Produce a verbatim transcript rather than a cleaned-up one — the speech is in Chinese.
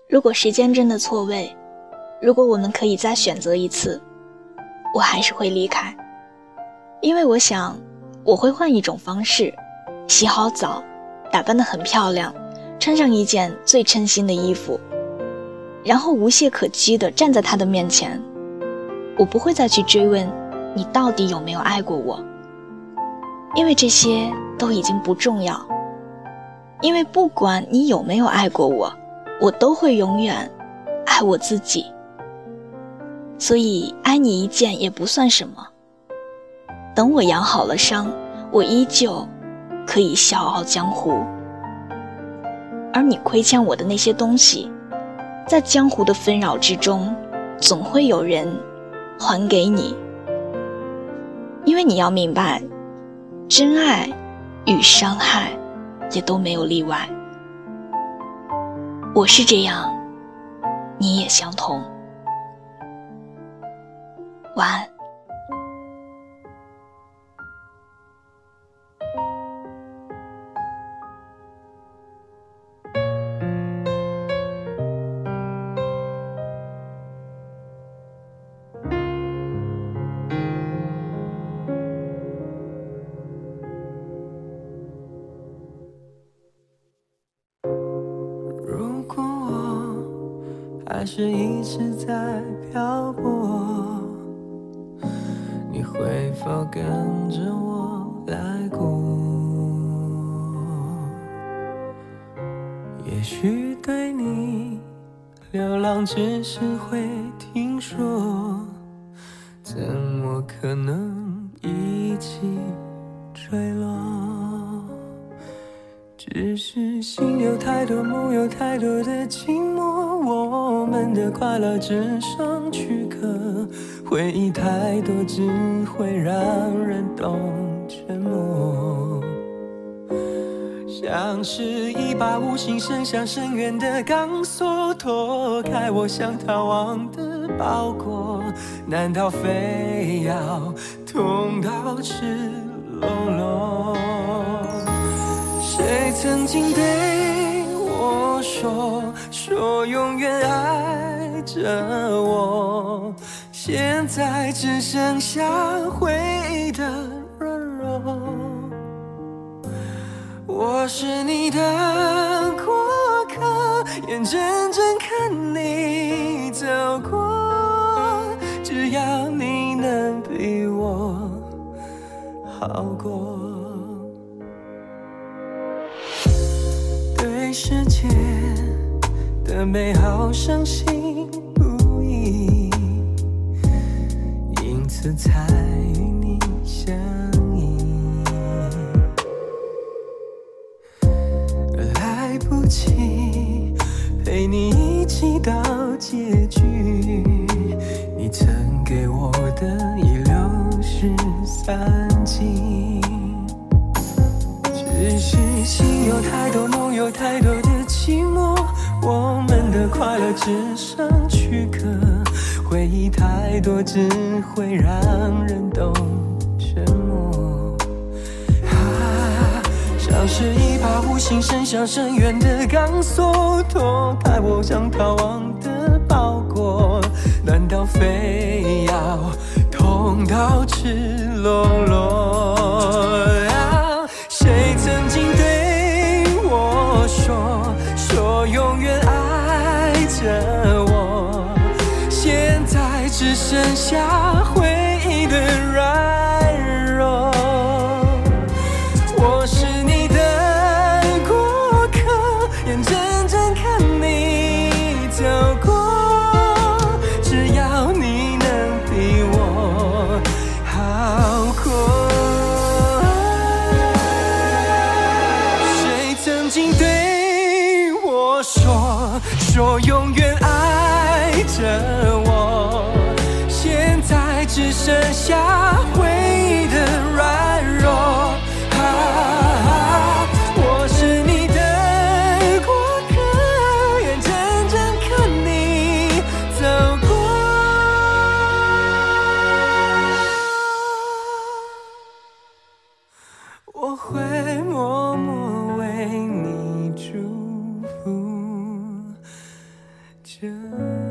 如果时间真的错位，如果我们可以再选择一次，我还是会离开。因为我想我会换一种方式，洗好澡，打扮得很漂亮，穿上一件最称心的衣服，然后无懈可击地站在他的面前。我不会再去追问你到底有没有爱过我，因为这些都已经不重要。因为不管你有没有爱过我，我都会永远爱我自己。所以爱你一件也不算什么。等我养好了伤，我依旧可以笑傲江湖。而你亏欠我的那些东西，在江湖的纷扰之中，总会有人还给你。因为你要明白，真爱与伤害也都没有例外。我是这样，你也相同。晚安。 还是一直在漂泊，你会否跟着我来过？也许对你流浪只是会听说，怎么可能一起坠落？只是心有太多，梦有太多的寂寞，我们的快乐只剩躯壳，回忆太多只会让人懂沉默。像是一把无形伸向深渊的钢索，脱开我想逃亡的包裹，难道非要痛到赤裸裸？谁曾经对我说，说永远爱着我，现在只剩下回忆的软弱。我是你的过客，眼睁睁看你走过，只要你能比我好过。对世界的美好伤心不已，因此才与你相依。来不及陪你一起到结局，你曾给我的已流失散尽。只是心有太多，梦有太多的寂寞，我们的快乐只剩躯壳，回忆太多只会让人懂沉默。啊，像是一把无形伸向深渊的钢索，脱开我想逃亡的包裹，难道非要痛到赤裸裸？谁曾经对我说，说永远爱着我，现在只剩下回忆的软弱。我是你的过客，眼睁睁看你走过，只要你能比我好过。说说永远爱着我，现在只剩下回忆的软弱。啊，我是你的过客，眼睁睁看你走过，我会默默为你祝福。 着。